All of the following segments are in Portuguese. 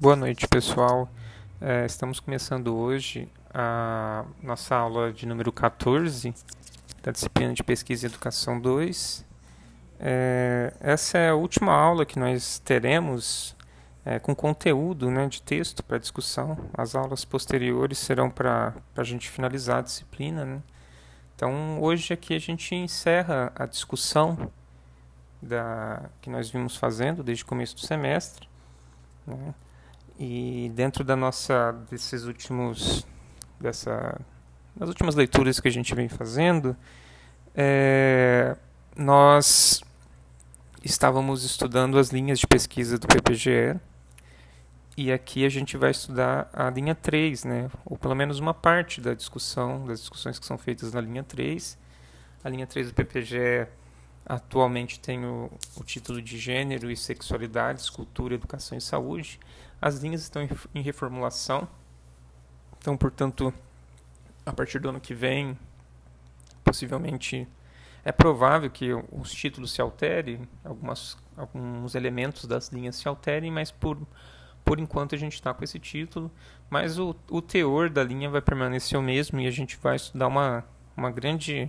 Boa noite, pessoal. Estamos começando hoje a nossa aula de número 14 da disciplina de Pesquisa e Educação 2. Essa é a última aula que nós teremos com conteúdo, né, de texto para discussão. As aulas posteriores serão para a gente finalizar a disciplina, né? Então, hoje aqui a gente encerra a discussão que nós vimos fazendo desde o começo do semestre, né? E dentro das últimas leituras que a gente vem fazendo, nós estávamos estudando as linhas de pesquisa do PPGE, e aqui a gente vai estudar a linha 3, né? Ou pelo menos uma parte das discussões que são feitas na linha 3. A linha 3 do PPGE atualmente tem o título de Gênero e Sexualidades, Cultura, Educação e Saúde. As linhas estão em reformulação, então, portanto, a partir do ano que vem, possivelmente, é provável que os títulos se alterem, alguns elementos das linhas se alterem, mas por enquanto a gente está com esse título, mas o teor da linha vai permanecer o mesmo e a gente vai estudar um grande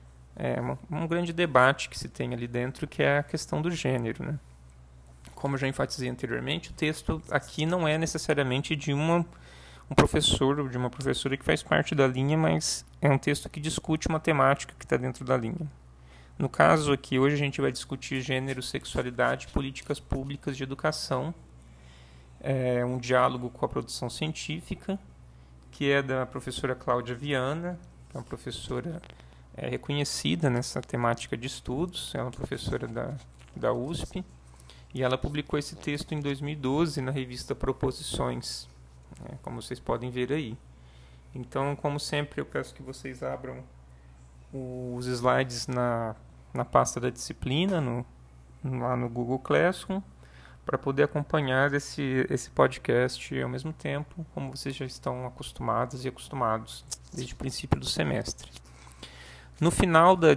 debate que se tem ali dentro, que é a questão do gênero, né? Como eu já enfatizei anteriormente, o texto aqui não é necessariamente de um professor ou de uma professora que faz parte da linha, mas é um texto que discute uma temática que está dentro da linha. No caso aqui, hoje a gente vai discutir gênero, sexualidade e políticas públicas de educação. É um diálogo com a produção científica, que é da professora Cláudia Viana, que é uma professora reconhecida nessa temática de estudos, é uma professora da USP, e ela publicou esse texto em 2012 na revista Proposições, como vocês podem ver aí. Então, como sempre, eu peço que vocês abram os slides na pasta da disciplina, lá no Google Classroom, para poder acompanhar esse podcast ao mesmo tempo, como vocês já estão acostumados e acostumados desde o princípio do semestre. No final da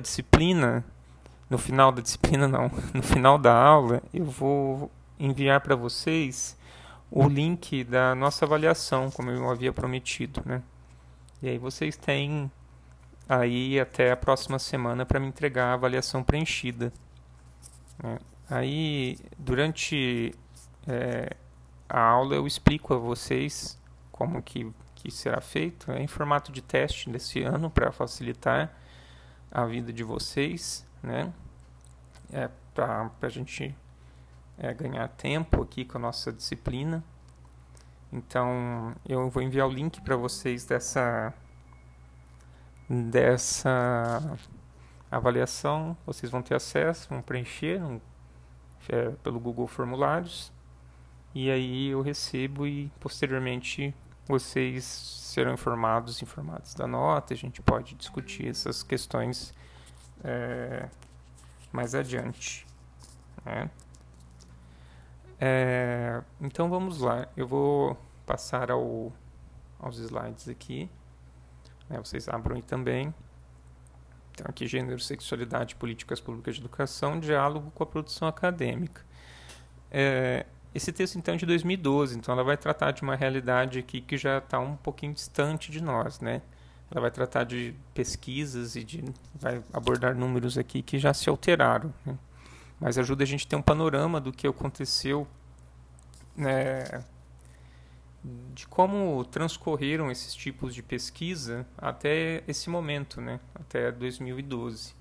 aula, eu vou enviar para vocês o link da nossa avaliação, como eu havia prometido, né? E aí vocês têm aí até a próxima semana para me entregar a avaliação preenchida, né? Aí, durante a aula, eu explico a vocês como que será feito, em formato de teste desse ano, para facilitar a vida de vocês, né? Para a gente ganhar tempo aqui com a nossa disciplina. Então, eu vou enviar o link para vocês dessa avaliação. Vocês vão ter acesso, vão preencher pelo Google Formulários, e aí eu recebo e posteriormente vocês serão informados da nota. A gente pode discutir essas questões mais adiante, né? Então vamos lá, eu vou passar aos slides aqui, né? Vocês abram aí também. Então aqui, Gênero, Sexualidade, Políticas Públicas de Educação, Diálogo com a Produção Acadêmica. Esse texto então é de 2012, então ela vai tratar de uma realidade aqui que já está um pouquinho distante de nós, né? Ela vai tratar de pesquisas e vai abordar números aqui que já se alteraram, né? Mas ajuda a gente a ter um panorama do que aconteceu, né, de como transcorreram esses tipos de pesquisa até esse momento, né, até 2012.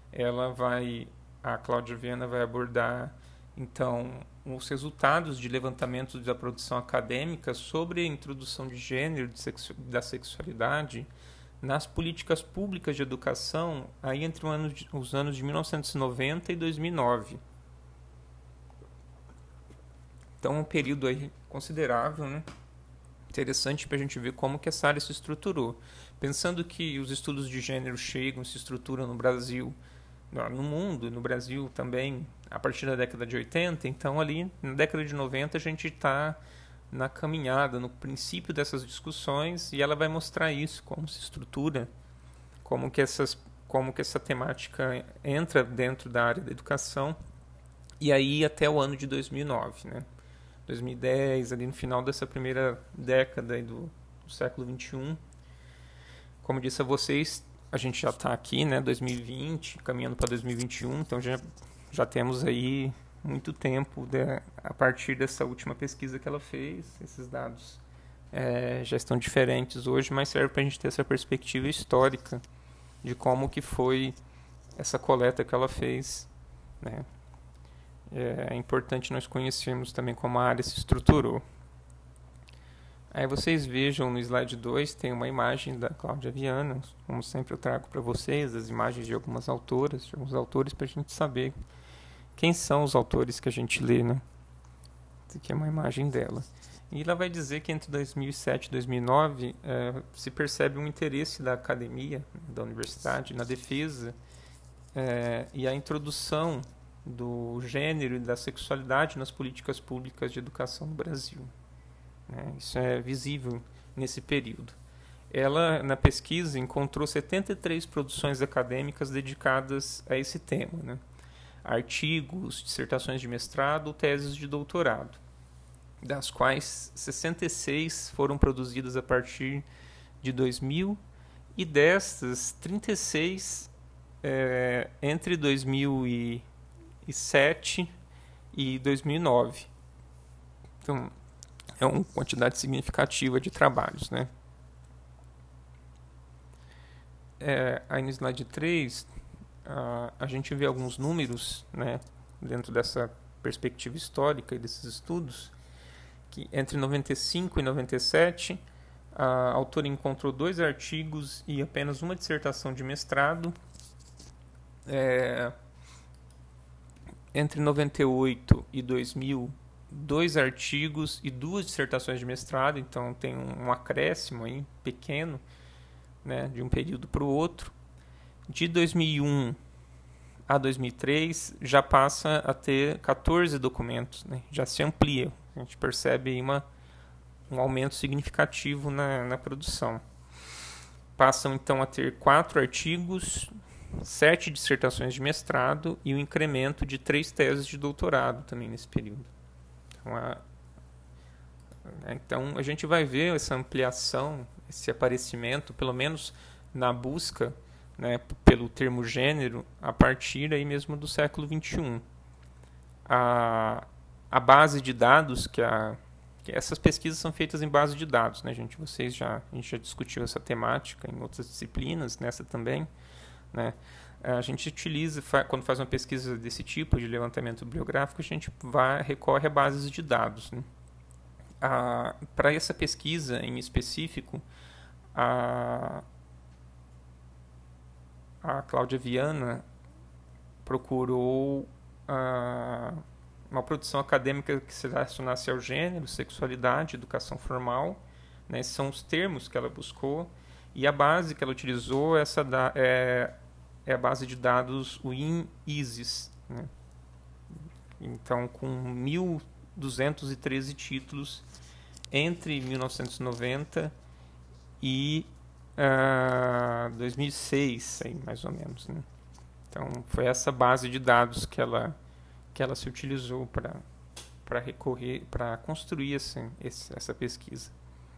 A Cláudia Viana vai abordar, então, os resultados de levantamentos da produção acadêmica sobre a introdução de gênero, da sexualidade, nas políticas públicas de educação, aí entre os anos de 1990 e 2009. Então, um período aí considerável, né? Interessante para a gente ver como que essa área se estruturou. Pensando que os estudos de gênero se estruturam no Brasil, no mundo, no Brasil também, a partir da década de 80, então ali na década de 90 a gente está na caminhada, no princípio dessas discussões, e ela vai mostrar isso, como se estrutura, como que essa temática entra dentro da área da educação, e aí até o ano de 2009, né? 2010, ali no final dessa primeira década aí do século XXI. Como disse a vocês, a gente já está aqui, né, 2020, caminhando para 2021, então já temos aí muito tempo a partir dessa última pesquisa que ela fez. Esses dados já estão diferentes hoje, mas serve para a gente ter essa perspectiva histórica de como que foi essa coleta que ela fez, né? É importante nós conhecermos também como a área se estruturou. Aí vocês vejam no slide 2, tem uma imagem da Cláudia Viana. Como sempre eu trago para vocês as imagens de algumas autoras, de alguns autores, para a gente saber quem são os autores que a gente lê, né? Essa aqui é uma imagem dela. E ela vai dizer que entre 2007 e 2009 se percebe um interesse da academia, da universidade, na defesa e a introdução do gênero e da sexualidade nas políticas públicas de educação no Brasil. Isso é visível nesse período. Ela, na pesquisa, encontrou 73 produções acadêmicas dedicadas a esse tema, né? Artigos, dissertações de mestrado, teses de doutorado, das quais 66 foram produzidas a partir de 2000 e destas 36 entre 2007 e 2009. Então, é uma quantidade significativa de trabalhos, né? Aí no slide 3, a gente vê alguns números, né, dentro dessa perspectiva histórica e desses estudos, que entre 95 e 97, a autora encontrou 2 artigos e apenas uma dissertação de mestrado. Entre 98 e 2000, 2 artigos e 2 dissertações de mestrado, então tem um acréscimo aí, pequeno, né, de um período para o outro. De 2001 a 2003 já passa a ter 14 documentos, né, já se amplia, a gente percebe aí um aumento significativo na produção. Passam então a ter 4 artigos, 7 dissertações de mestrado e um incremento de 3 teses de doutorado também nesse período. Então a gente vai ver essa ampliação, esse aparecimento, pelo menos na busca, né, pelo termo gênero, a partir aí mesmo do século XXI. A base de dados, que essas pesquisas são feitas em base de dados, né, gente? A gente já discutiu essa temática em outras disciplinas, nessa também, né? A gente utiliza, quando faz uma pesquisa desse tipo, de levantamento bibliográfico, a gente recorre a bases de dados, né? Para essa pesquisa em específico, a Cláudia Viana procurou uma produção acadêmica que se relacionasse ao gênero, sexualidade, educação formal, né? Esses são os termos que ela buscou, e a base que ela utilizou é a base de dados WinISIS, né? Então, com 1.213 títulos entre 1990 e 2006, aí, mais ou menos, né? Então, foi essa base de dados que ela se utilizou para recorrer, para construir essa pesquisa.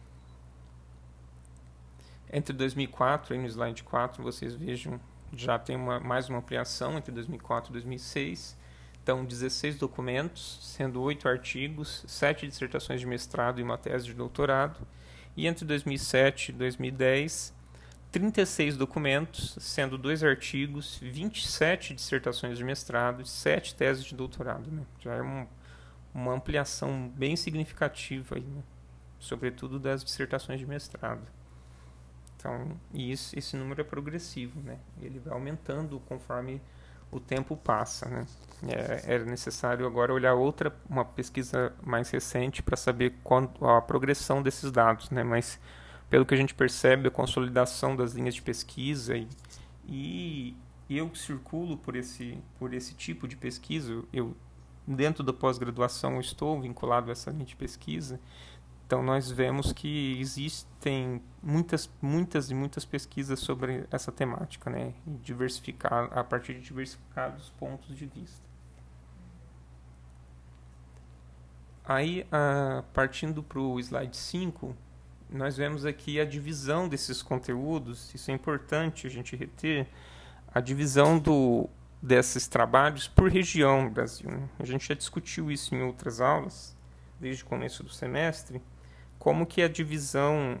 Entre 2004, aí no slide 4, vocês vejam, já tem mais uma ampliação entre 2004 e 2006. Então, 16 documentos, sendo 8 artigos, 7 dissertações de mestrado e uma tese de doutorado. E entre 2007 e 2010, 36 documentos, sendo 2 artigos, 27 dissertações de mestrado e 7 teses de doutorado, né? Já é uma ampliação bem significativa, aí, né? Sobretudo das dissertações de mestrado. Então, esse número é progressivo, né? Ele vai aumentando conforme o tempo passa, né? Era necessário agora olhar uma pesquisa mais recente para saber a progressão desses dados, né? Mas, pelo que a gente percebe, a consolidação das linhas de pesquisa e eu circulo por esse tipo de pesquisa, dentro da pós-graduação, estou vinculado a essa linha de pesquisa. Então, nós vemos que existem muitas pesquisas sobre essa temática, né? E a partir de diversificados pontos de vista. Aí, partindo para o slide 5, nós vemos aqui a divisão desses conteúdos. Isso é importante a gente reter, a divisão desses trabalhos por região no Brasil. A gente já discutiu isso em outras aulas, desde o começo do semestre, como que a divisão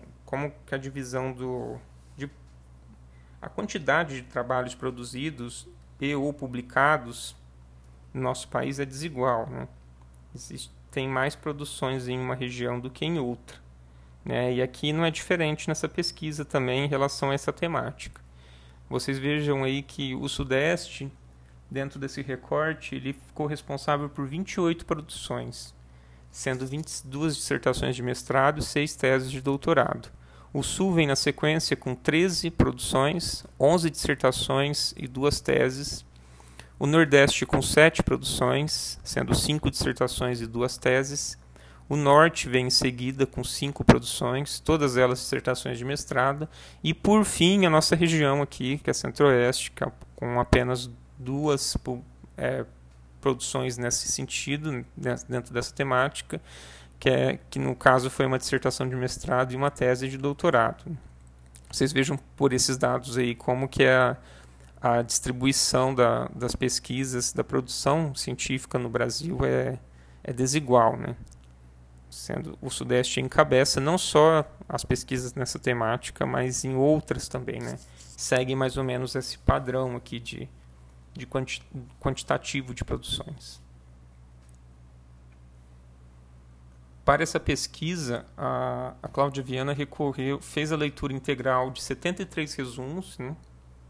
a quantidade de trabalhos produzidos e ou publicados no nosso país é desigual, né? Tem mais produções em uma região do que em outra, né? E aqui não é diferente nessa pesquisa também em relação a essa temática. Vocês vejam aí que o Sudeste, dentro desse recorte, ele ficou responsável por 28 produções, sendo 22 dissertações de mestrado e 6 teses de doutorado. O Sul vem na sequência com 13 produções, 11 dissertações e 2 teses. O Nordeste com 7 produções, sendo 5 dissertações e 2 teses. O Norte vem em seguida com 5 produções, todas elas dissertações de mestrado. E, por fim, a nossa região aqui, que é Centro-Oeste, com apenas 2 produções nesse sentido, dentro dessa temática, que no caso foi uma dissertação de mestrado e uma tese de doutorado. Vocês vejam por esses dados aí como que é a distribuição das pesquisas, da produção científica no Brasil é desigual, né? Sendo o Sudeste encabeça não só as pesquisas nessa temática, mas em outras também, né? Seguem mais ou menos esse padrão aqui de quantitativo de produções. Para essa pesquisa, a Cláudia Viana fez a leitura integral de 73 resumos, né?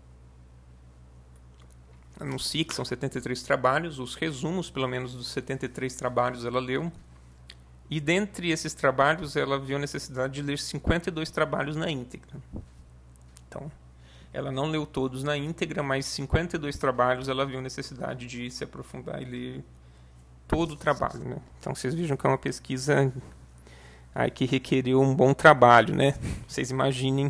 No SIC são 73 trabalhos, os resumos, pelo menos, dos 73 trabalhos ela leu. E dentre esses trabalhos, ela viu a necessidade de ler 52 trabalhos na íntegra. Então, ela não leu todos na íntegra, mas 52 trabalhos ela viu a necessidade de se aprofundar e ler todo o trabalho, né? Então, vocês vejam que é uma pesquisa que requeriu um bom trabalho, né? Vocês imaginem,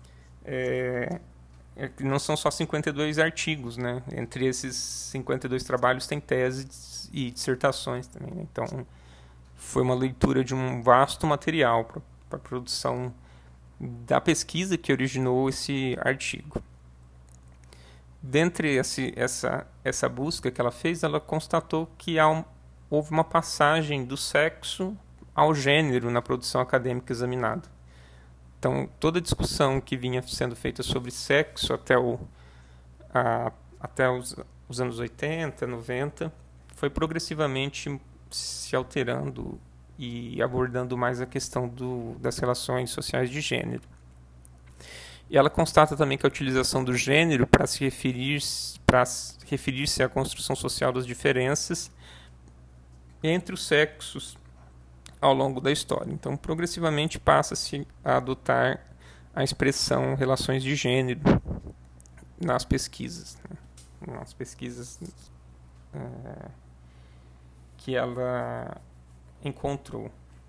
não são só 52 artigos, né? Entre esses 52 trabalhos tem teses e dissertações também, né? Então, foi uma leitura de um vasto material para a produção da pesquisa que originou esse artigo. Dentre essa busca que ela fez, ela constatou que houve uma passagem do sexo ao gênero na produção acadêmica examinada. Então, toda a discussão que vinha sendo feita sobre sexo até os anos 80, 90, foi progressivamente se alterando e abordando mais a questão das relações sociais de gênero. E ela constata também que a utilização do gênero para se referir-se à construção social das diferenças entre os sexos ao longo da história. Então, progressivamente passa-se a adotar a expressão relações de gênero nas pesquisas, né? Nas pesquisas que ela encontrou.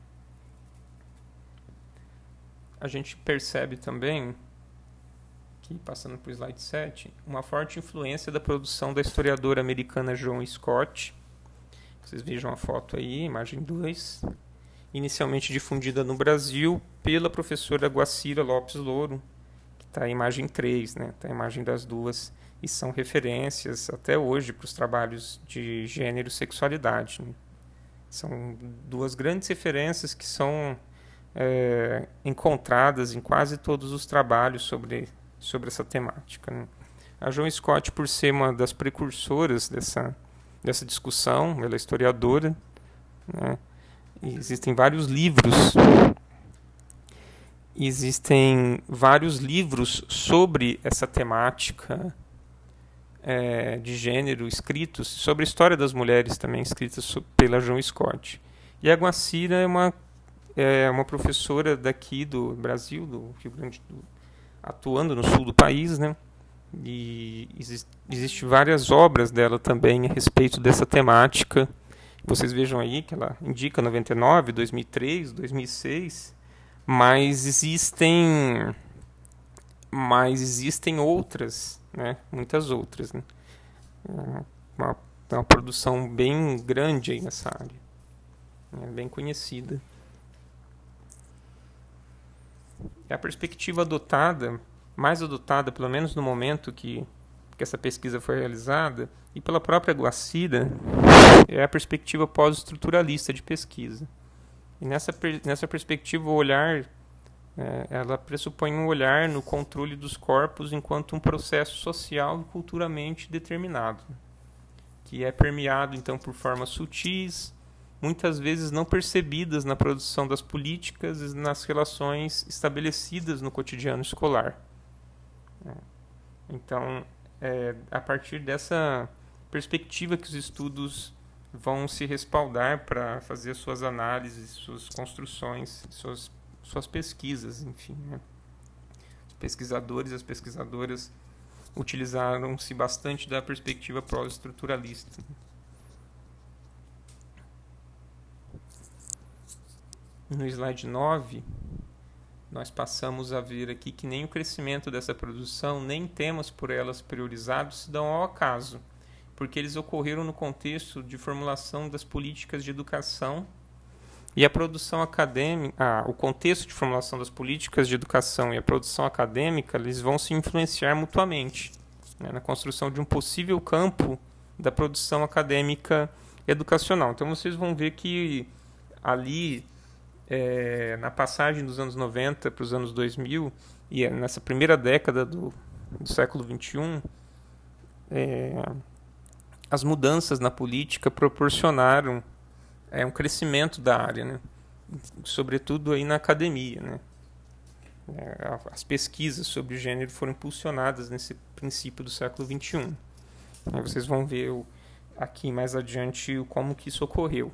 A gente percebe também que, passando para o slide 7, uma forte influência da produção da historiadora americana Joan Scott. Vocês vejam a foto aí, imagem 2. Inicialmente difundida no Brasil pela professora Guacira Lopes Louro, que está a imagem 3, né? Está a imagem das duas, e são referências até hoje para os trabalhos de gênero e sexualidade, né? São duas grandes referências que são encontradas em quase todos os trabalhos sobre essa temática, né? A Joan Scott, por ser uma das precursoras dessa discussão, ela é historiadora, né? Existem vários livros sobre essa temática de gênero escritos, sobre a história das mulheres também, escritas pela Joan Scott. E a Guacira é uma professora daqui do Brasil, do Rio Grande do Sul, atuando no sul do país, né? E existem várias obras dela também a respeito dessa temática. Vocês vejam aí que ela indica 99, 2003, 2006, mas existem outras, né? Muitas outras, né? Uma produção bem grande aí nessa área. é bem conhecida. A perspectiva adotada, mais adotada, pelo menos no momento que essa pesquisa foi realizada, e pela própria Guacira, é a perspectiva pós-estruturalista de pesquisa. E nessa perspectiva, o olhar, ela pressupõe um olhar no controle dos corpos enquanto um processo social e culturalmente determinado, que é permeado, então, por formas sutis, muitas vezes não percebidas na produção das políticas e nas relações estabelecidas no cotidiano escolar. Então, a partir dessa perspectiva que os estudos vão se respaldar para fazer suas análises, suas construções, suas pesquisas, enfim. Né? Os pesquisadores e as pesquisadoras utilizaram-se bastante da perspectiva pós-estruturalista. No slide 9, nós passamos a ver aqui que nem o crescimento dessa produção, nem temas por elas priorizados se dão ao acaso, porque eles ocorreram no contexto de formulação das políticas de educação e a produção acadêmica, o contexto de formulação das políticas de educação e a produção acadêmica, eles vão se influenciar mutuamente, né, na construção de um possível campo da produção acadêmica educacional. Então vocês vão ver que ali, na passagem dos anos 90 para os anos 2000, e nessa primeira década do século XXI, as mudanças na política proporcionaram um crescimento da área, né? Sobretudo aí na academia. Né? As pesquisas sobre gênero foram impulsionadas nesse princípio do século XXI. Aí vocês vão ver aqui mais adiante como que isso ocorreu.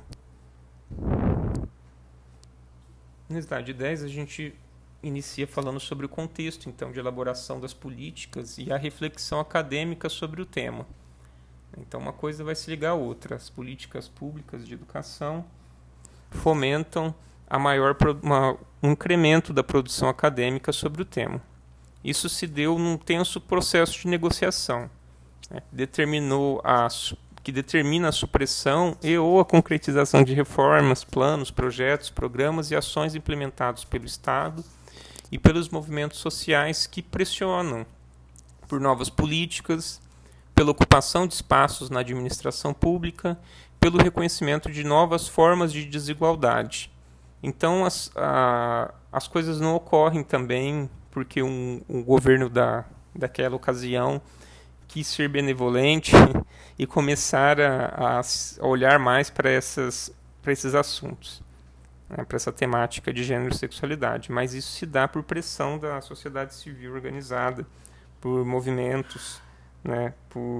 No slide 10 a gente inicia falando sobre o contexto então de elaboração das políticas e a reflexão acadêmica sobre o tema. Então uma coisa vai se ligar à outra. As políticas públicas de educação fomentam um incremento da produção acadêmica sobre o tema. Isso se deu num tenso processo de negociação, né, que determina a supressão e ou a concretização de reformas, planos, projetos, programas e ações implementados pelo Estado e pelos movimentos sociais que pressionam por novas políticas, pela ocupação de espaços na administração pública, pelo reconhecimento de novas formas de desigualdade. Então, as coisas não ocorrem também porque um governo daquela ocasião quis ser benevolente e começar a olhar mais para esses assuntos, né, para essa temática de gênero e sexualidade. Mas isso se dá por pressão da sociedade civil organizada, por movimentos, né,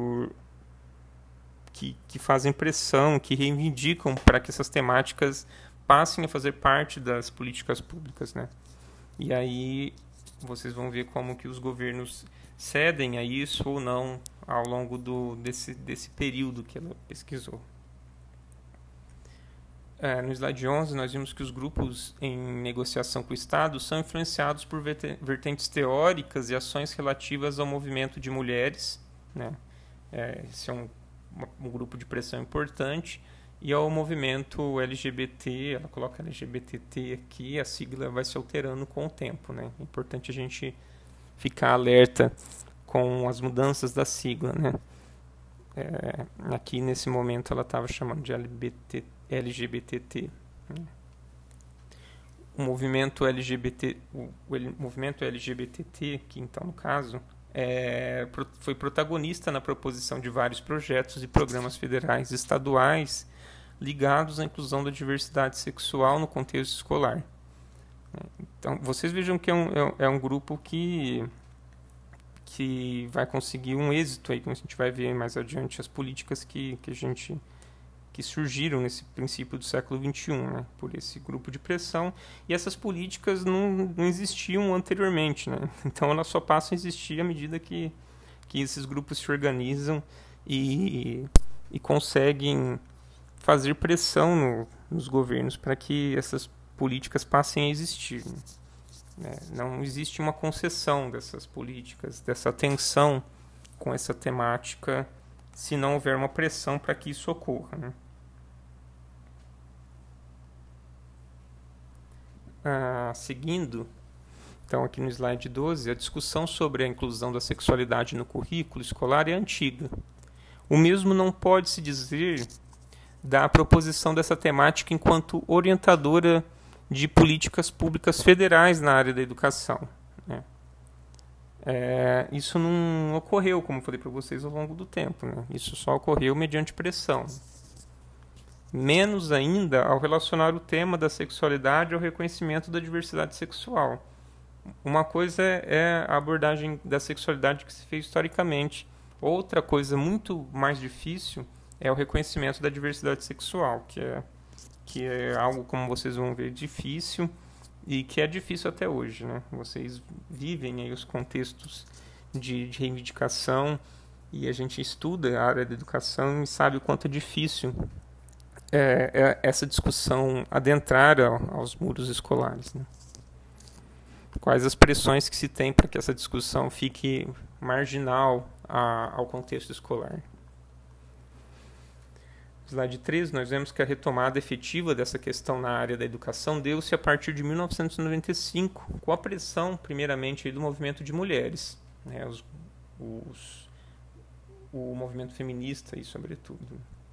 que fazem pressão, que reivindicam para que essas temáticas passem a fazer parte das políticas públicas. Né? E aí vocês vão ver como que os governos cedem a isso ou não ao longo desse período que ela pesquisou. No slide 11, nós vimos que os grupos em negociação com o Estado são influenciados por vertentes teóricas e ações relativas ao movimento de mulheres. Né? Esse é um grupo de pressão importante. E ao movimento LGBT, ela coloca LGBTT aqui, a sigla vai se alterando com o tempo. Né? É importante a gente ficar alerta com as mudanças da sigla. Né? Aqui nesse momento ela estava chamando de LGBTT. Né? O movimento LGBTT, que então no caso, foi protagonista na proposição de vários projetos e programas federais e estaduais ligados à inclusão da diversidade sexual no contexto escolar. Então, vocês vejam que é um grupo que vai conseguir um êxito aí, como a gente vai ver mais adiante, as políticas que surgiram nesse princípio do século XXI, né, por esse grupo de pressão, e essas políticas não existiam anteriormente. Né? Então elas só passam a existir à medida que esses grupos se organizam e conseguem fazer pressão nos governos para que essas políticas passem a existir. Né? Não existe uma concessão dessas políticas, dessa atenção com essa temática, se não houver uma pressão para que isso ocorra. Né? seguindo, então aqui no slide 12, a discussão sobre a inclusão da sexualidade no currículo escolar é antiga. O mesmo não pode se dizer da proposição dessa temática enquanto orientadora de políticas públicas federais na área da educação, né? Isso não ocorreu, como eu falei para vocês, ao longo do tempo, né? Isso só ocorreu mediante pressão. Menos ainda ao relacionar o tema da sexualidade ao reconhecimento da diversidade sexual. Uma coisa é a abordagem da sexualidade que se fez historicamente. Outra coisa muito mais difícil é o reconhecimento da diversidade sexual, que é algo, como vocês vão ver, difícil e que é difícil até hoje, né? Vocês vivem aí os contextos de reivindicação e a gente estuda a área da educação e sabe o quanto é difícil essa discussão adentrar aos muros escolares, né? Quais as pressões que se tem para que essa discussão fique marginal ao contexto escolar. Slide 13, nós vemos que a retomada efetiva dessa questão na área da educação deu-se a partir de 1995, com a pressão, primeiramente, do movimento de mulheres, né, o movimento feminista, e sobretudo,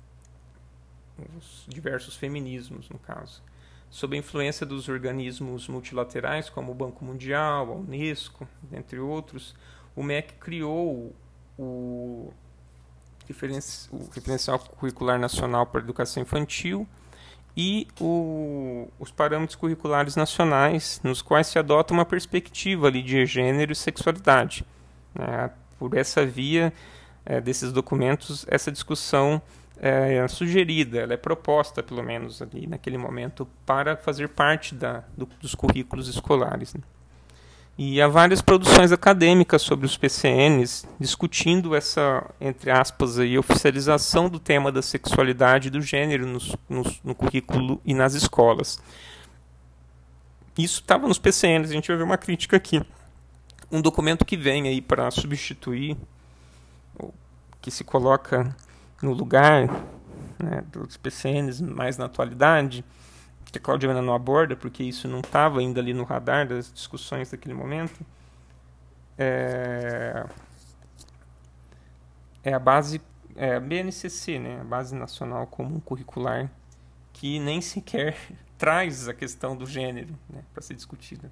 os diversos feminismos, no caso, sob a influência dos organismos multilaterais, como o Banco Mundial, a Unesco, entre outros, o MEC criou o Referencial Curricular Nacional para a Educação Infantil e os parâmetros curriculares nacionais, nos quais se adota uma perspectiva ali de gênero e sexualidade, né? Por essa via desses documentos, essa discussão é sugerida, ela é proposta, pelo menos ali naquele momento, para fazer parte dos currículos escolares, né? E há várias produções acadêmicas sobre os PCNs discutindo essa, entre aspas, aí, oficialização do tema da sexualidade e do gênero no currículo e nas escolas. Isso estava nos PCNs, a gente vai ver uma crítica aqui. Um documento que vem aí para substituir, que se coloca no lugar, né, dos PCNs mais na atualidade, que a Claudiana não aborda, porque isso não estava ainda ali no radar das discussões daquele momento, é a base BNCC, né, a Base Nacional Comum Curricular, que nem sequer traz a questão do gênero, né, para ser discutida.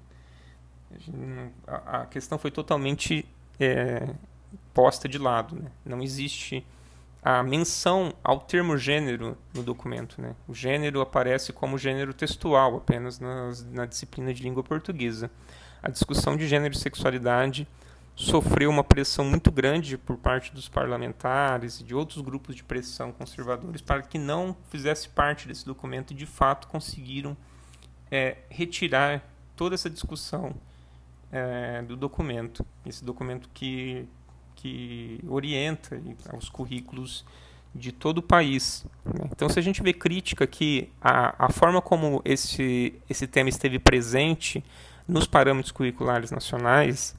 A questão foi totalmente posta de lado, né? Não existe a menção ao termo gênero no documento, né? O gênero aparece como gênero textual apenas na disciplina de língua portuguesa. A discussão de gênero e sexualidade sofreu uma pressão muito grande por parte dos parlamentares e de outros grupos de pressão conservadores para que não fizesse parte desse documento e, de fato, conseguiram retirar toda essa discussão do documento. Esse documento que orienta os currículos de todo o país, né? Então, se a gente vê crítica que a forma como esse tema esteve presente nos parâmetros curriculares nacionais,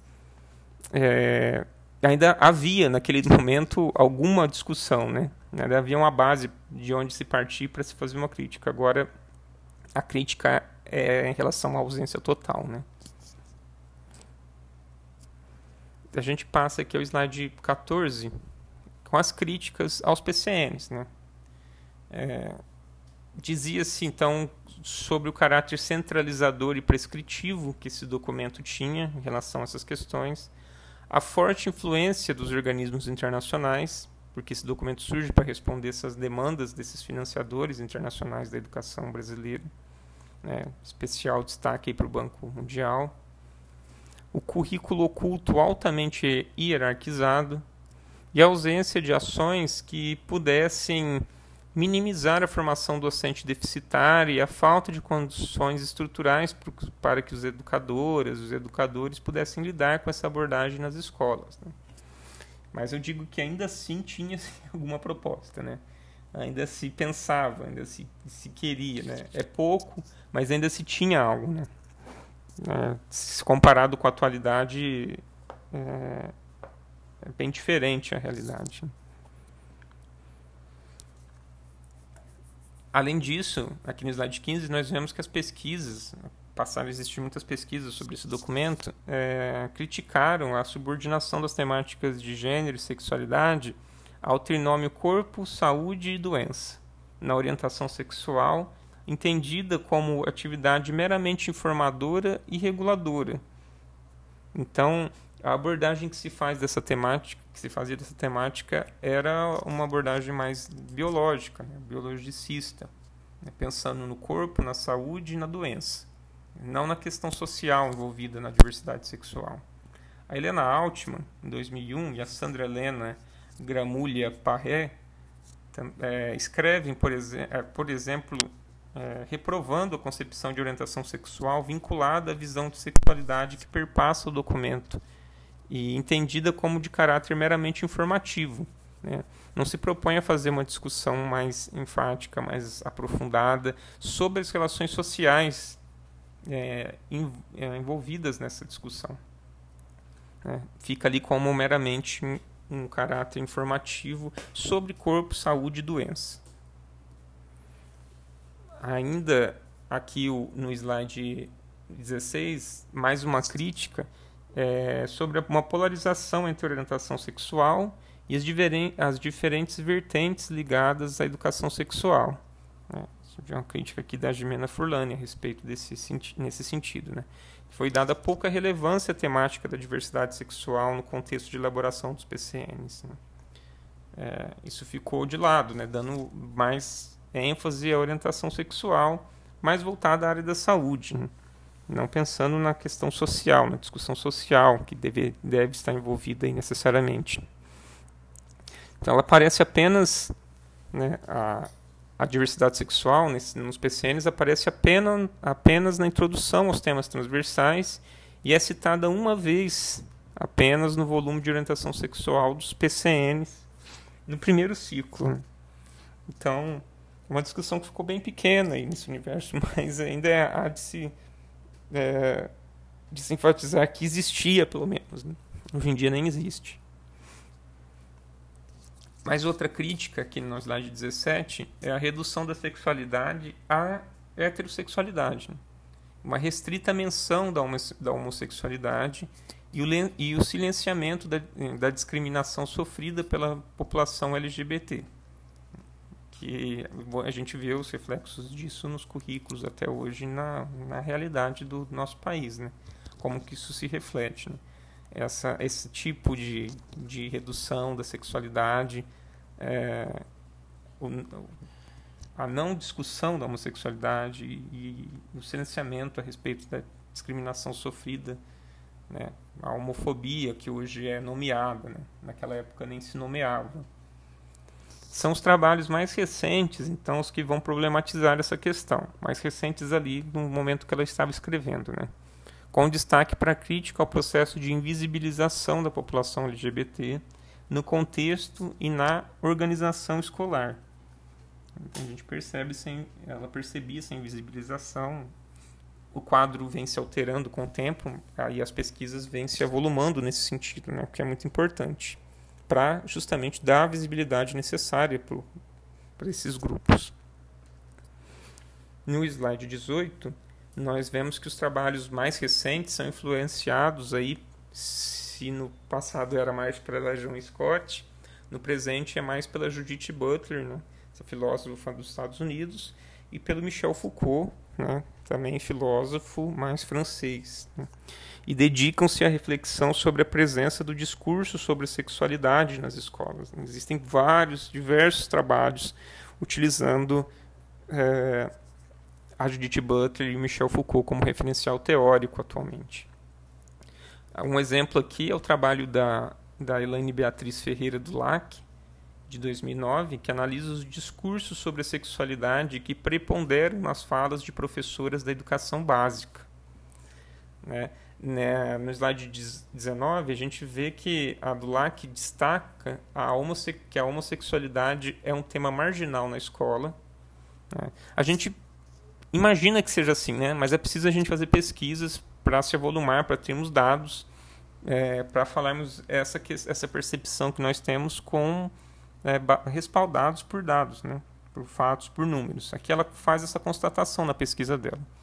ainda havia, naquele momento, alguma discussão, né? Ainda havia uma base de onde se partir para se fazer uma crítica. Agora, a crítica é em relação à ausência total, né? A gente passa aqui ao slide 14 com as críticas aos PCNs, né? Dizia-se, então, sobre o caráter centralizador e prescritivo que esse documento tinha em relação a essas questões, a forte influência dos organismos internacionais, porque esse documento surge para responder essas demandas desses financiadores internacionais da educação brasileira, né? Especial destaque para o Banco Mundial. O currículo oculto altamente hierarquizado e a ausência de ações que pudessem minimizar a formação docente deficitária e a falta de condições estruturais para que os educadores pudessem lidar com essa abordagem nas escolas, né? Mas eu digo que ainda assim tinha alguma proposta, né? Ainda se pensava, ainda se queria, né? É pouco, mas ainda se tinha algo, né? Comparado com a atualidade, é bem diferente a realidade. Além disso, aqui no slide 15, nós vemos que as pesquisas, passaram a existir muitas pesquisas sobre esse documento, criticaram a subordinação das temáticas de gênero e sexualidade ao trinômio corpo, saúde e doença, na orientação sexual, entendida como atividade meramente informadora e reguladora. Então, a abordagem que se fazia dessa temática era uma abordagem mais biológica, né, biologicista, né, pensando no corpo, na saúde e na doença, não na questão social envolvida na diversidade sexual. A Helena Altman, em 2001, e a Sandra Helena Gramulha Parré escrevem, por exemplo, reprovando a concepção de orientação sexual vinculada à visão de sexualidade que perpassa o documento e entendida como de caráter meramente informativo, né? Não se propõe a fazer uma discussão mais enfática, mais aprofundada sobre as relações sociais envolvidas nessa discussão. Fica ali como meramente um caráter informativo sobre corpo, saúde e doença. Ainda aqui no slide 16, mais uma crítica sobre uma polarização entre a orientação sexual e as diferentes vertentes ligadas à educação sexual. Isso é uma crítica aqui da Jimena Furlani a respeito nesse sentido, né? Foi dada pouca relevância à temática da diversidade sexual no contexto de elaboração dos PCNs, né? Isso ficou de lado, né? Dando mais ênfase à orientação sexual, mais voltada à área da saúde, né? Não pensando na questão social, na discussão social que deve estar envolvida aí necessariamente. Então ela aparece apenas, né, a diversidade sexual nos PCNs aparece apenas na introdução aos temas transversais e é citada uma vez apenas no volume de orientação sexual dos PCNs no primeiro ciclo. Então, uma discussão que ficou bem pequena aí nesse universo, mas ainda há de se enfatizar que existia, pelo menos, né? Hoje em dia nem existe. Mais outra crítica aqui no slide 17 é a redução da sexualidade à heterossexualidade, né? Uma restrita menção da homossexualidade e o silenciamento da discriminação sofrida pela população LGBT, que a gente vê os reflexos disso nos currículos até hoje na realidade do nosso país, né? Como que isso se reflete, né? Esse tipo de redução da sexualidade, a não discussão da homossexualidade e o silenciamento a respeito da discriminação sofrida, né? A homofobia que hoje é nomeada, né? Naquela época nem se nomeava. São os trabalhos mais recentes, então, os que vão problematizar essa questão, mais recentes ali no momento que ela estava escrevendo, né? Com destaque para a crítica ao processo de invisibilização da população LGBT no contexto e na organização escolar. Então, a gente ela percebia essa invisibilização, o quadro vem se alterando com o tempo, aí as pesquisas vêm se avolumando nesse sentido, né, o que é muito importante, para justamente dar a visibilidade necessária para esses grupos. No slide 18, nós vemos que os trabalhos mais recentes são influenciados aí, se no passado era mais pela Joan Scott, no presente é mais pela Judith Butler, né, essa filósofa dos Estados Unidos, e pelo Michel Foucault, né, também filósofo mais francês, né, e dedicam-se à reflexão sobre a presença do discurso sobre a sexualidade nas escolas. Existem diversos trabalhos utilizando a Judith Butler e Michel Foucault como referencial teórico atualmente. Um exemplo aqui é o trabalho da Elaine Beatriz Ferreira Dulac, de 2009, que analisa os discursos sobre a sexualidade que preponderam nas falas de professoras da educação básica, né? No slide 19, a gente vê que a Dulac destaca que a homossexualidade é um tema marginal na escola, né? A gente imagina que seja assim, né? Mas é preciso a gente fazer pesquisas para se avolumar, para termos dados, para falarmos essa percepção que nós temos respaldados por dados, né? Por fatos, por números. Aqui ela faz essa constatação na pesquisa dela.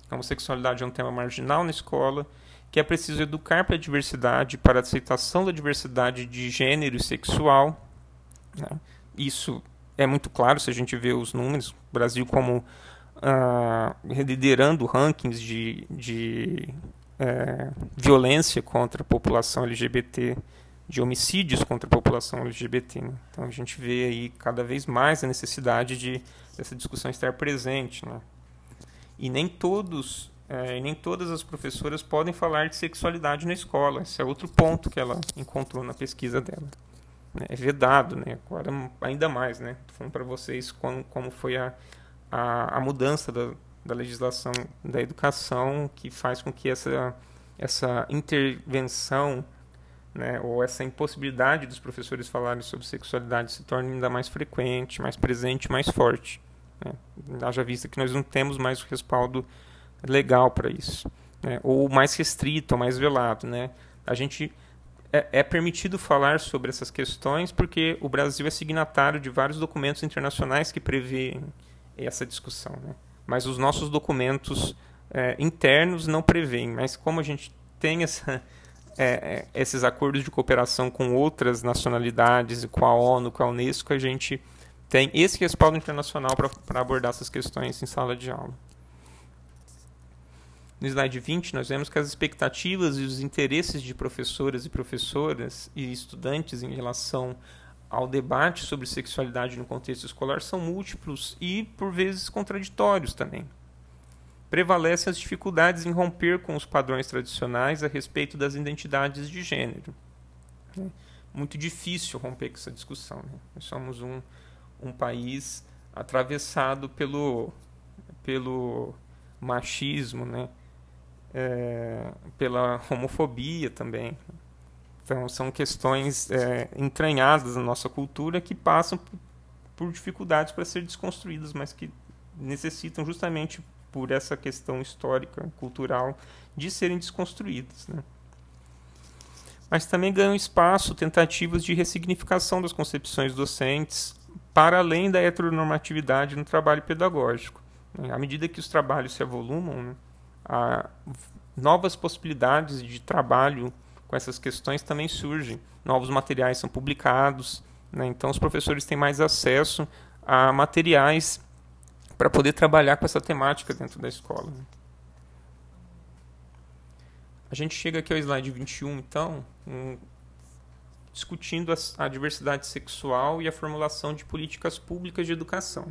A homossexualidade é um tema marginal na escola, que é preciso educar para a diversidade, para a aceitação da diversidade de gênero e sexual, né? Isso é muito claro se a gente vê os números. O Brasil como liderando rankings de violência contra a população LGBT, de homicídios contra a população LGBT, né? Então a gente vê aí cada vez mais a necessidade dessa discussão estar presente, né? E nem todas as professoras podem falar de sexualidade na escola. Esse é outro ponto que ela encontrou na pesquisa dela. É vedado, né? Agora ainda mais, né? Estou falando para vocês como foi a mudança da legislação da educação, que faz com que essa intervenção, né, ou essa impossibilidade dos professores falarem sobre sexualidade se torne ainda mais frequente, mais presente, mais forte, né? Haja vista que nós não temos mais o respaldo legal para isso, né? Ou mais restrito, ou mais velado, né? A gente é permitido falar sobre essas questões porque o Brasil é signatário de vários documentos internacionais que prevêem essa discussão, né? Mas os nossos documentos internos não prevêem. Mas como a gente tem esses acordos de cooperação com outras nacionalidades, com a ONU, com a Unesco, a gente tem esse respaldo internacional para abordar essas questões em sala de aula. No slide 20, nós vemos que as expectativas e os interesses de professoras e estudantes em relação ao debate sobre sexualidade no contexto escolar são múltiplos e, por vezes, contraditórios também. Prevalecem as dificuldades em romper com os padrões tradicionais a respeito das identidades de gênero. Muito difícil romper com essa discussão, né? Nós somos um país atravessado pelo machismo, né? Pela homofobia também. Então, são questões entranhadas na nossa cultura que passam por dificuldades para ser desconstruídas, mas que necessitam justamente por essa questão histórica, cultural, de serem desconstruídas, né? Mas também ganham espaço tentativas de ressignificação das concepções docentes para além da heteronormatividade no trabalho pedagógico. À medida que os trabalhos se avolumam, né, novas possibilidades de trabalho com essas questões também surgem. Novos materiais são publicados, né? Então os professores têm mais acesso a materiais para poder trabalhar com essa temática dentro da escola, né? A gente chega aqui ao slide 21, então, discutindo a diversidade sexual e a formulação de políticas públicas de educação.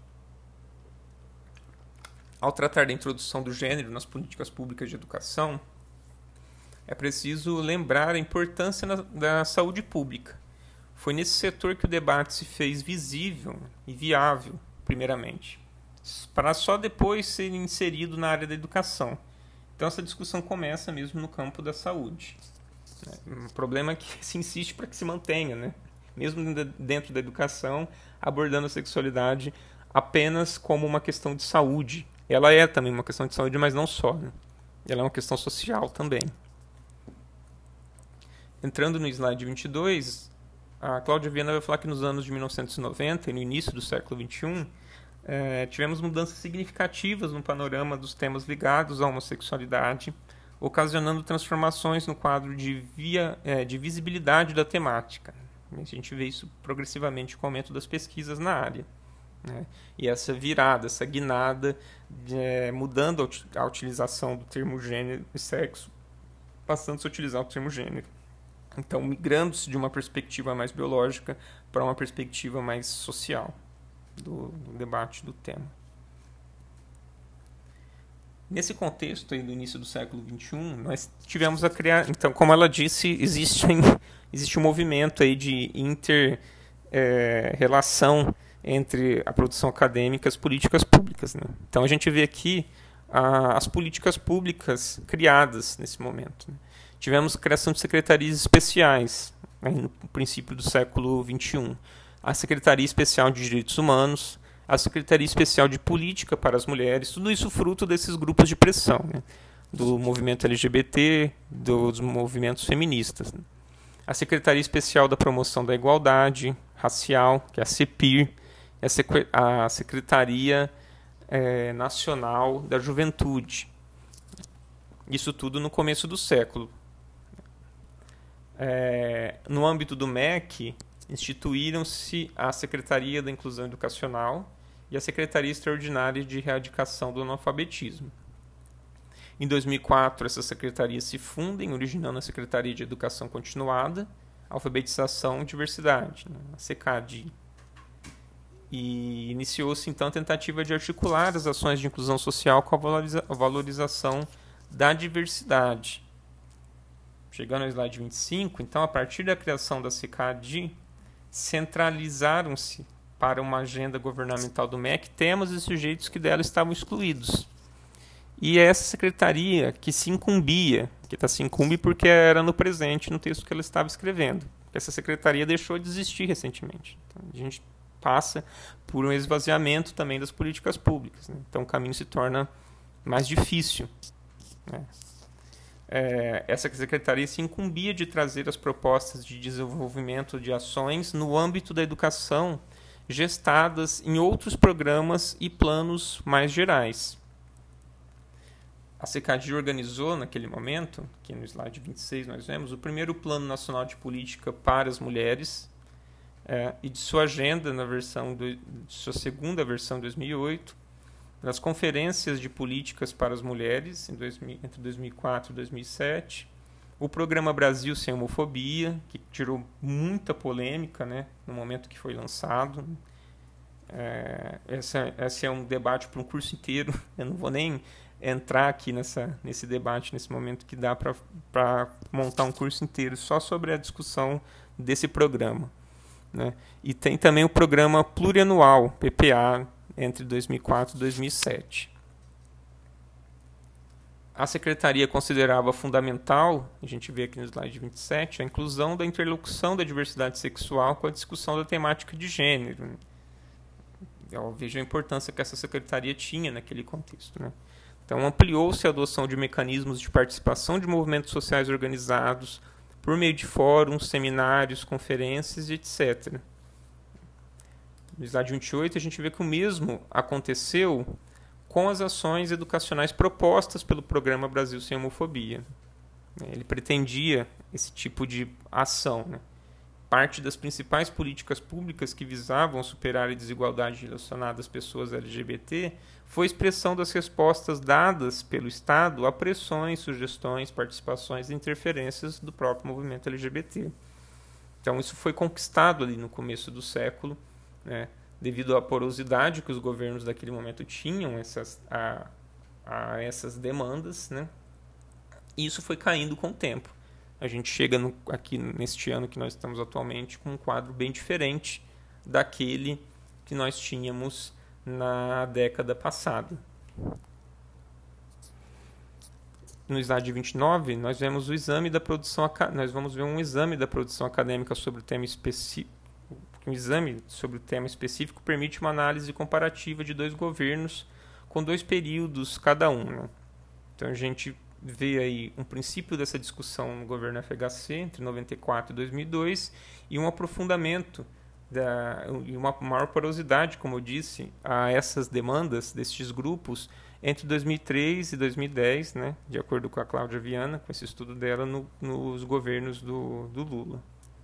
Ao tratar da introdução do gênero nas políticas públicas de educação, é preciso lembrar a importância da saúde pública. Foi nesse setor que o debate se fez visível e viável, primeiramente, para só depois ser inserido na área da educação. Então essa discussão começa mesmo no campo da saúde. O problema é que se insiste para que se mantenha, né? Mesmo dentro da educação, abordando a sexualidade apenas como uma questão de saúde. Ela é também uma questão de saúde, mas não só, né? Ela é uma questão social também. Entrando no slide 22, a Cláudia Viana vai falar que nos anos de 1990 e no início do século XXI, tivemos mudanças significativas no panorama dos temas ligados à homossexualidade, ocasionando transformações no quadro de visibilidade da temática. A gente vê isso progressivamente com o aumento das pesquisas na área, né? E essa virada, essa guinada, mudando a utilização do termo gênero e sexo, passando a se utilizar o termo gênero. Então, migrando-se de uma perspectiva mais biológica para uma perspectiva mais social do debate do tema. Nesse contexto aí do início do século XXI, nós tivemos a criar... Então, como ela disse, existe um movimento aí de relação entre a produção acadêmica e as políticas públicas, né? Então, a gente vê aqui as políticas públicas criadas nesse momento, né? Tivemos a criação de secretarias especiais, né, no princípio do século XXI. A Secretaria Especial de Direitos Humanos, a Secretaria Especial de Política para as Mulheres, tudo isso fruto desses grupos de pressão, né, do movimento LGBT, dos movimentos feministas, né. A Secretaria Especial da Promoção da Igualdade Racial, que é a CEPIR, a Secretaria Nacional da Juventude. Isso tudo no começo do século. No âmbito do MEC, instituíram-se a Secretaria da Inclusão Educacional e a Secretaria Extraordinária de Erradicação do Analfabetismo. Em 2004, essas secretarias se fundem, originando a Secretaria de Educação Continuada, Alfabetização e Diversidade, a SECAD. E iniciou-se, então, a tentativa de articular as ações de inclusão social com a valorização da diversidade. Chegando ao slide 25, então, a partir da criação da SECAD, centralizaram-se para uma agenda governamental do MEC temas e sujeitos que dela estavam excluídos. E é essa secretaria que se incumbia, se incumbe porque era no presente, no texto que ela estava escrevendo. Essa secretaria deixou de existir recentemente. Então, a gente passa por um esvaziamento também das políticas públicas, né? Então o caminho se torna mais difícil, né? Essa secretaria se incumbia de trazer as propostas de desenvolvimento de ações no âmbito da educação gestadas em outros programas e planos mais gerais. A SECAD organizou, naquele momento, aqui no slide 26 nós vemos, o primeiro Plano Nacional de Política para as Mulheres, e de sua agenda, de sua segunda versão, em 2008, nas conferências de políticas para as mulheres, entre 2004 e 2007, o Programa Brasil Sem Homofobia, que tirou muita polêmica, né, no momento que foi lançado. Esse é um debate para um curso inteiro, eu não vou nem entrar aqui nesse debate, nesse momento, que dá para montar um curso inteiro só sobre a discussão desse programa, né? E tem também o Programa Plurianual, PPA, entre 2004 e 2007. A Secretaria considerava fundamental, a gente vê aqui no slide 27, a inclusão da interlocução da diversidade sexual com a discussão da temática de gênero. Eu vejo a importância que essa secretaria tinha naquele contexto, né? Então, ampliou-se a adoção de mecanismos de participação de movimentos sociais organizados por meio de fóruns, seminários, conferências, etc. No slide 28, a gente vê que o mesmo aconteceu com as ações educacionais propostas pelo Programa Brasil Sem Homofobia. Ele pretendia esse tipo de ação, né? Parte das principais políticas públicas que visavam superar a desigualdade relacionada às pessoas LGBT foi expressão das respostas dadas pelo Estado a pressões, sugestões, participações e interferências do próprio movimento LGBT. Então, isso foi conquistado ali no começo do século, né, devido à porosidade que os governos daquele momento tinham a essas demandas, né, e isso foi caindo com o tempo. A gente chega aqui neste ano que nós estamos atualmente com um quadro bem diferente daquele que nós tínhamos na década passada. No slide 29, nós vemos o exame da produção, nós vamos ver um exame da produção acadêmica sobre o tema específico. Um exame sobre o tema específico permite uma análise comparativa de dois governos com 2 períodos cada um, né? Então a gente vê aí um princípio dessa discussão no governo FHC entre 94 e 2002 e um aprofundamento e uma maior porosidade, como eu disse, a essas demandas destes grupos entre 2003 e 2010, né, de acordo com a Cláudia Viana, com esse estudo dela nos governos do Lula.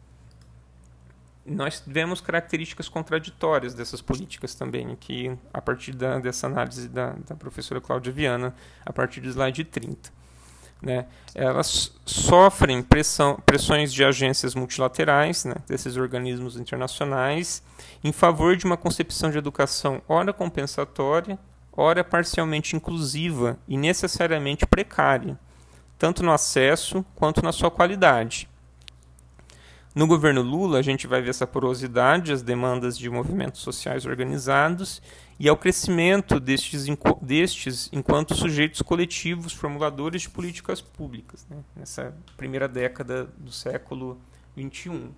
Nós vemos características contraditórias dessas políticas também, aqui, a partir dessa análise da professora Cláudia Viana, a partir do slide 30. Né? Elas sofrem pressões de agências multilaterais, né, desses organismos internacionais, em favor de uma concepção de educação ora compensatória, ora parcialmente inclusiva e necessariamente precária, tanto no acesso quanto na sua qualidade. No governo Lula, a gente vai ver essa porosidade, as demandas de movimentos sociais organizados e ao crescimento destes enquanto sujeitos coletivos, formuladores de políticas públicas, né, nessa primeira década do século XXI.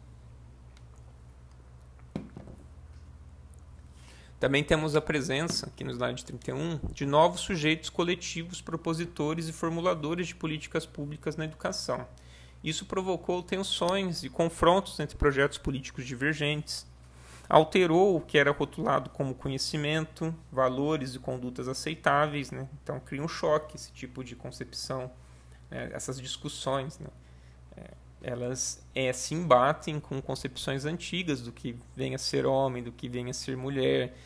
Também temos a presença, aqui no slide 31, de novos sujeitos coletivos, propositores e formuladores de políticas públicas na educação. Isso provocou tensões e confrontos entre projetos políticos divergentes, alterou o que era rotulado como conhecimento, valores e condutas aceitáveis, né? Então cria um choque esse tipo de concepção, né? Essas discussões, né? Elas se embatem com concepções antigas do que vem a ser homem, do que vem a ser mulher,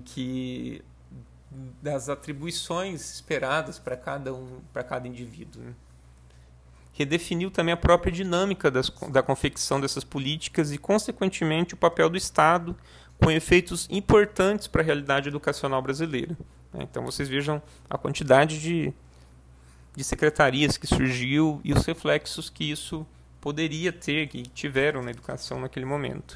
das atribuições esperadas para cada indivíduo, né? Redefiniu também a própria dinâmica da confecção dessas políticas e, consequentemente, o papel do Estado, com efeitos importantes para a realidade educacional brasileira. Então, vocês vejam a quantidade de secretarias que surgiu e os reflexos que isso poderia ter, que tiveram na educação naquele momento.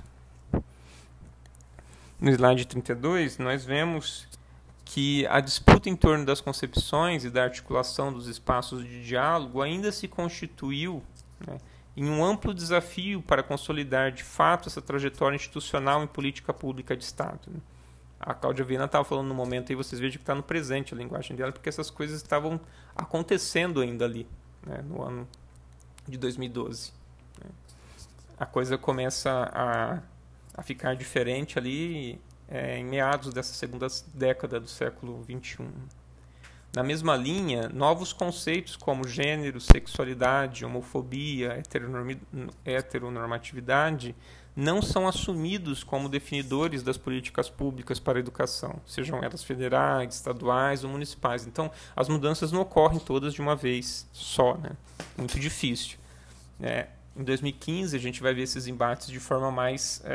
No slide 32, nós vemos que a disputa em torno das concepções e da articulação dos espaços de diálogo ainda se constituiu, né, em um amplo desafio para consolidar de fato essa trajetória institucional em política pública de Estado, né. A Cláudia Viana estava falando no momento, aí vocês vejam que está no presente a linguagem dela, porque essas coisas estavam acontecendo ainda ali, né, no ano de 2012. Né. A coisa começa a ficar diferente ali em meados dessa segunda década do século XXI. Na mesma linha, novos conceitos como gênero, sexualidade, homofobia, heteronormatividade não são assumidos como definidores das políticas públicas para a educação, sejam elas federais, estaduais ou municipais. Então, as mudanças não ocorrem todas de uma vez só, né? Muito difícil. Em 2015, a gente vai ver esses embates de forma mais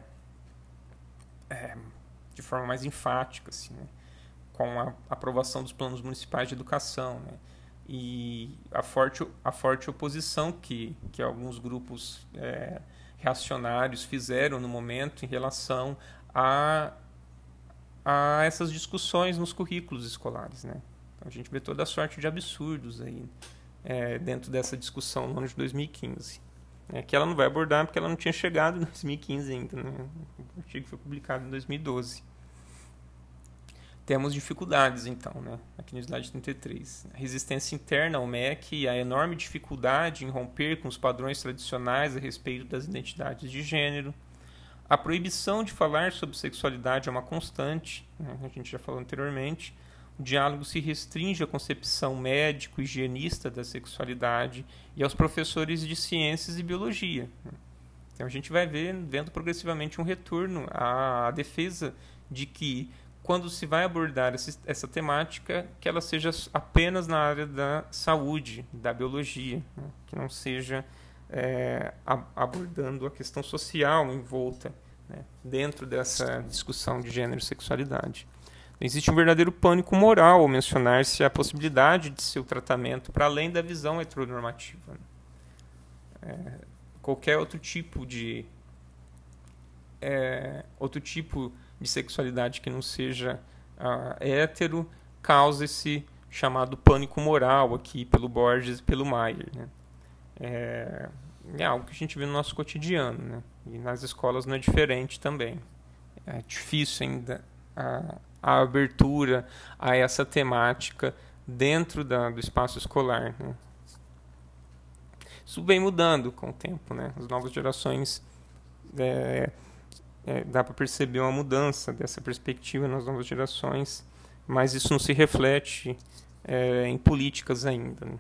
enfática, assim, né? Com a aprovação dos planos municipais de educação, né? E a forte oposição que alguns grupos reacionários fizeram no momento em relação a essas discussões nos currículos escolares, né? Então, a gente vê toda a sorte de absurdos aí dentro dessa discussão no ano de 2015. Que ela não vai abordar porque ela não tinha chegado em 2015 ainda, né? O artigo foi publicado em 2012. Temos dificuldades, então, né? Aqui no slide 33. A resistência interna ao MEC e a enorme dificuldade em romper com os padrões tradicionais a respeito das identidades de gênero. A proibição de falar sobre sexualidade é uma constante, né? A gente já falou anteriormente. O diálogo se restringe à concepção médico-higienista da sexualidade e aos professores de ciências e biologia. Então a gente vai vendo progressivamente um retorno à defesa de que, quando se vai abordar essa temática, que ela seja apenas na área da saúde, da biologia, né? Que não seja abordando a questão social envolta, né, dentro dessa discussão de gênero e sexualidade. Existe um verdadeiro pânico moral ao mencionar-se a possibilidade de seu tratamento para além da visão heteronormativa. Qualquer outro tipo de sexualidade que não seja hétero causa esse chamado pânico moral aqui pelo Borges e pelo Maier, né? É algo que a gente vê no nosso cotidiano, né? E nas escolas não é diferente também. É difícil ainda a abertura a essa temática dentro do espaço escolar, né? Isso vem mudando com o tempo, né? As novas gerações, dá para perceber uma mudança dessa perspectiva nas novas gerações, mas isso não se reflete em políticas ainda, né?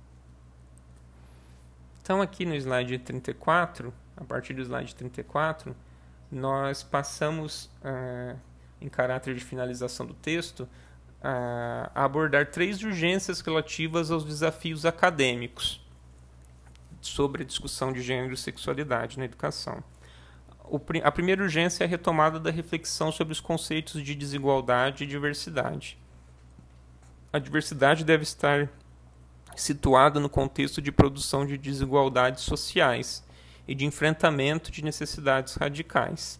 Então, aqui no slide 34, a partir do slide 34, nós passamos, em caráter de finalização do texto, a abordar 3 urgências relativas aos desafios acadêmicos sobre a discussão de gênero e sexualidade na educação. A primeira urgência é a retomada da reflexão sobre os conceitos de desigualdade e diversidade. A diversidade deve estar situada no contexto de produção de desigualdades sociais e de enfrentamento de necessidades radicais.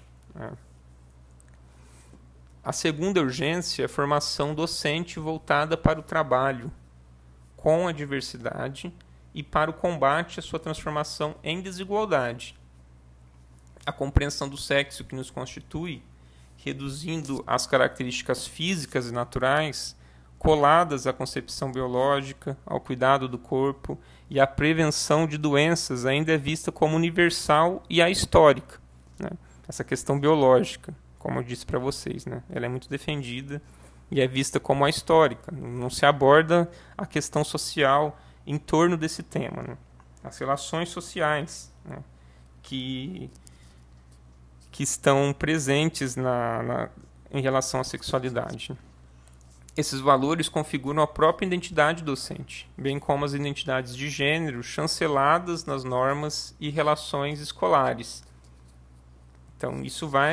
A segunda urgência é a formação docente voltada para o trabalho com a diversidade e para o combate à sua transformação em desigualdade. A compreensão do sexo que nos constitui, reduzindo as características físicas e naturais coladas à concepção biológica, ao cuidado do corpo e à prevenção de doenças, ainda é vista como universal e ahistórica, né? essa questão biológica, como eu disse para vocês, né? Ela é muito defendida e é vista como a histórica. Não se aborda a questão social em torno desse tema, né? As relações sociais, né? que estão presentes em relação à sexualidade. Esses valores configuram a própria identidade docente, bem como as identidades de gênero chanceladas nas normas e relações escolares. Então,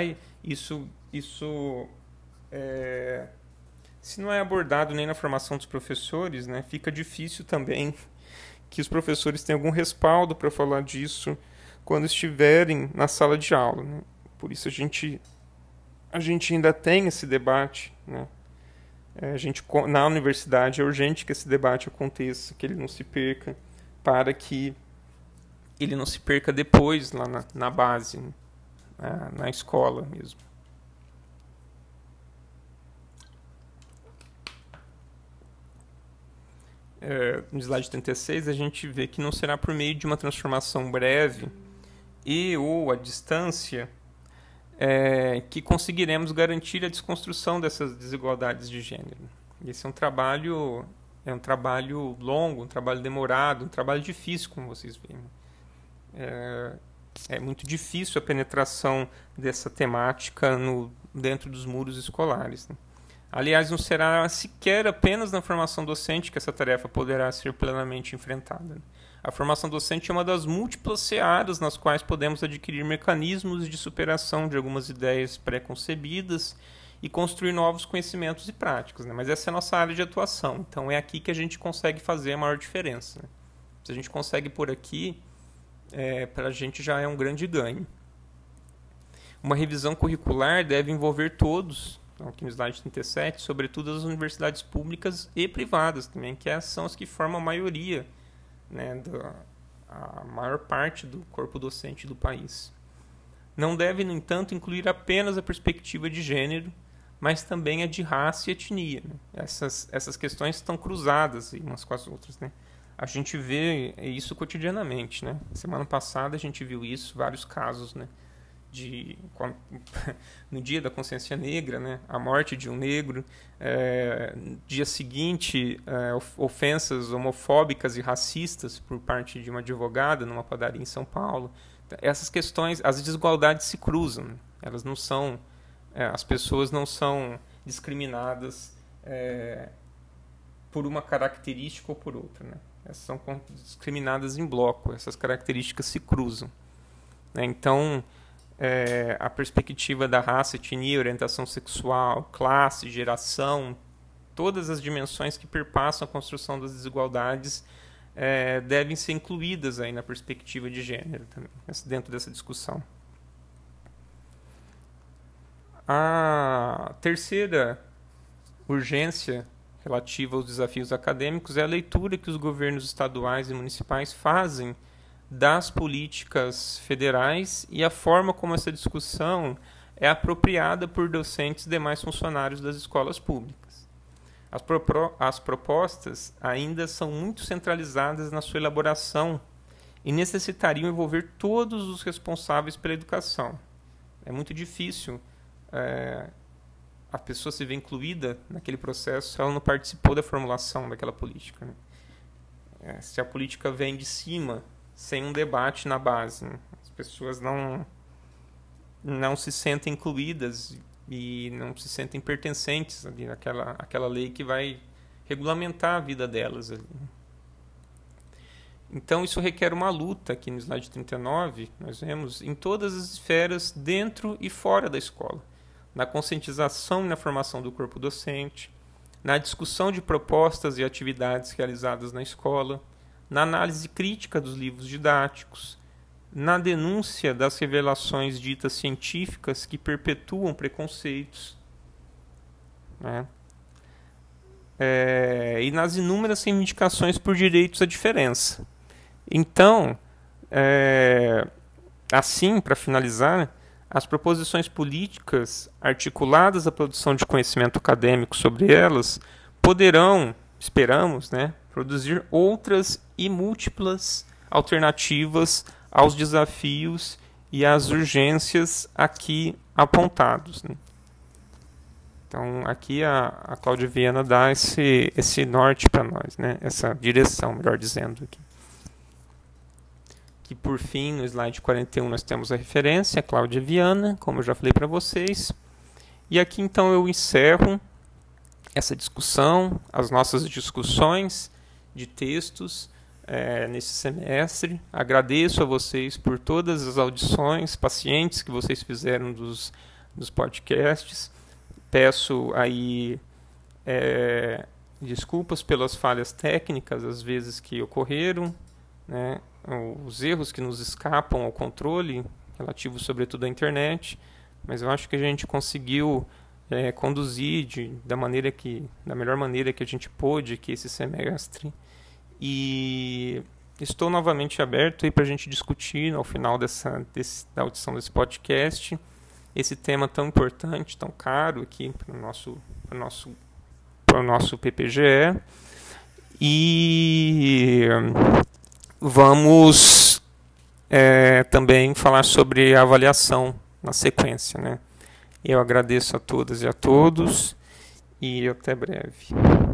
se não é abordado nem na formação dos professores, né, fica difícil também que os professores tenham algum respaldo para falar disso quando estiverem na sala de aula, né? Por isso a gente ainda tem esse debate, né? Na universidade é urgente que esse debate aconteça, que ele não se perca, para que ele não se perca depois lá na base, né? Na escola mesmo. No slide 36 a gente vê que não será por meio de uma transformação breve ou à distância que conseguiremos garantir a desconstrução dessas desigualdades de gênero. Esse é um trabalho longo, um trabalho demorado, um trabalho difícil, como vocês veem. É muito difícil a penetração dessa temática dentro dos muros escolares, né? Aliás, não será sequer apenas na formação docente que essa tarefa poderá ser plenamente enfrentada, né? A formação docente é uma das múltiplas searas nas quais podemos adquirir mecanismos de superação de algumas ideias pré-concebidas e construir novos conhecimentos e práticas, né? Mas essa é a nossa área de atuação, então é aqui que a gente consegue fazer a maior diferença, né? Se a gente consegue por aqui, para a gente já é um grande ganho. Uma revisão curricular deve envolver todos, aqui no slide 37, sobretudo as universidades públicas e privadas também, que são as que formam a maioria, né, a maior parte do corpo docente do país. Não deve, no entanto, incluir apenas a perspectiva de gênero, mas também a de raça e etnia, né? Essas questões estão cruzadas umas com as outras, né? A gente vê isso cotidianamente, né? Semana passada a gente viu isso, vários casos, né? No dia da consciência negra, né, a morte de um negro, dia seguinte, ofensas homofóbicas e racistas por parte de uma advogada numa padaria em São Paulo. Essas questões, as desigualdades se cruzam, né? Elas não são, as pessoas não são discriminadas por uma característica ou por outra, né? Elas são discriminadas em bloco, essas características se cruzam, né? Então, a perspectiva da raça, etnia, orientação sexual, classe, geração, todas as dimensões que perpassam a construção das desigualdades devem ser incluídas aí na perspectiva de gênero também, dentro dessa discussão. A terceira urgência relativa aos desafios acadêmicos é a leitura que os governos estaduais e municipais fazem das políticas federais e a forma como essa discussão é apropriada por docentes e demais funcionários das escolas públicas. As propostas ainda são muito centralizadas na sua elaboração e necessitariam envolver todos os responsáveis pela educação. É muito difícil a pessoa se ver incluída naquele processo se ela não participou da formulação daquela política, né? Se a política vem de cima, sem um debate na base, né? As pessoas não se sentem incluídas e não se sentem pertencentes ali àquela lei que vai regulamentar a vida delas ali. Então isso requer uma luta, aqui no slide 39, nós vemos, em todas as esferas, dentro e fora da escola, na conscientização e na formação do corpo docente, na discussão de propostas e atividades realizadas na escola, na análise crítica dos livros didáticos, na denúncia das revelações ditas científicas que perpetuam preconceitos, né? E nas inúmeras reivindicações por direitos à diferença. Então, assim, para finalizar, as proposições políticas articuladas à produção de conhecimento acadêmico sobre elas poderão, esperamos, né, produzir outras e múltiplas alternativas aos desafios e as urgências aqui apontados, né? Então, aqui a Cláudia Viana dá esse norte para nós, né? Essa direção, melhor dizendo. Aqui. Que, por fim, no slide 41, nós temos a referência, a Cláudia Viana, como eu já falei para vocês. E aqui, então, eu encerro essa discussão, as nossas discussões de textos nesse semestre. Agradeço a vocês por todas as audições pacientes que vocês fizeram dos podcasts. Peço aí desculpas pelas falhas técnicas, às vezes que ocorreram, né, os erros que nos escapam ao controle, relativos sobretudo à internet, mas eu acho que a gente conseguiu conduzir da melhor maneira que a gente pôde aqui esse semestre. E estou novamente aberto para a gente discutir ao final da audição desse podcast esse tema tão importante, tão caro aqui para o nosso PPGE. E vamos também falar sobre a avaliação na sequência, né? Eu agradeço a todas e a todos e até breve.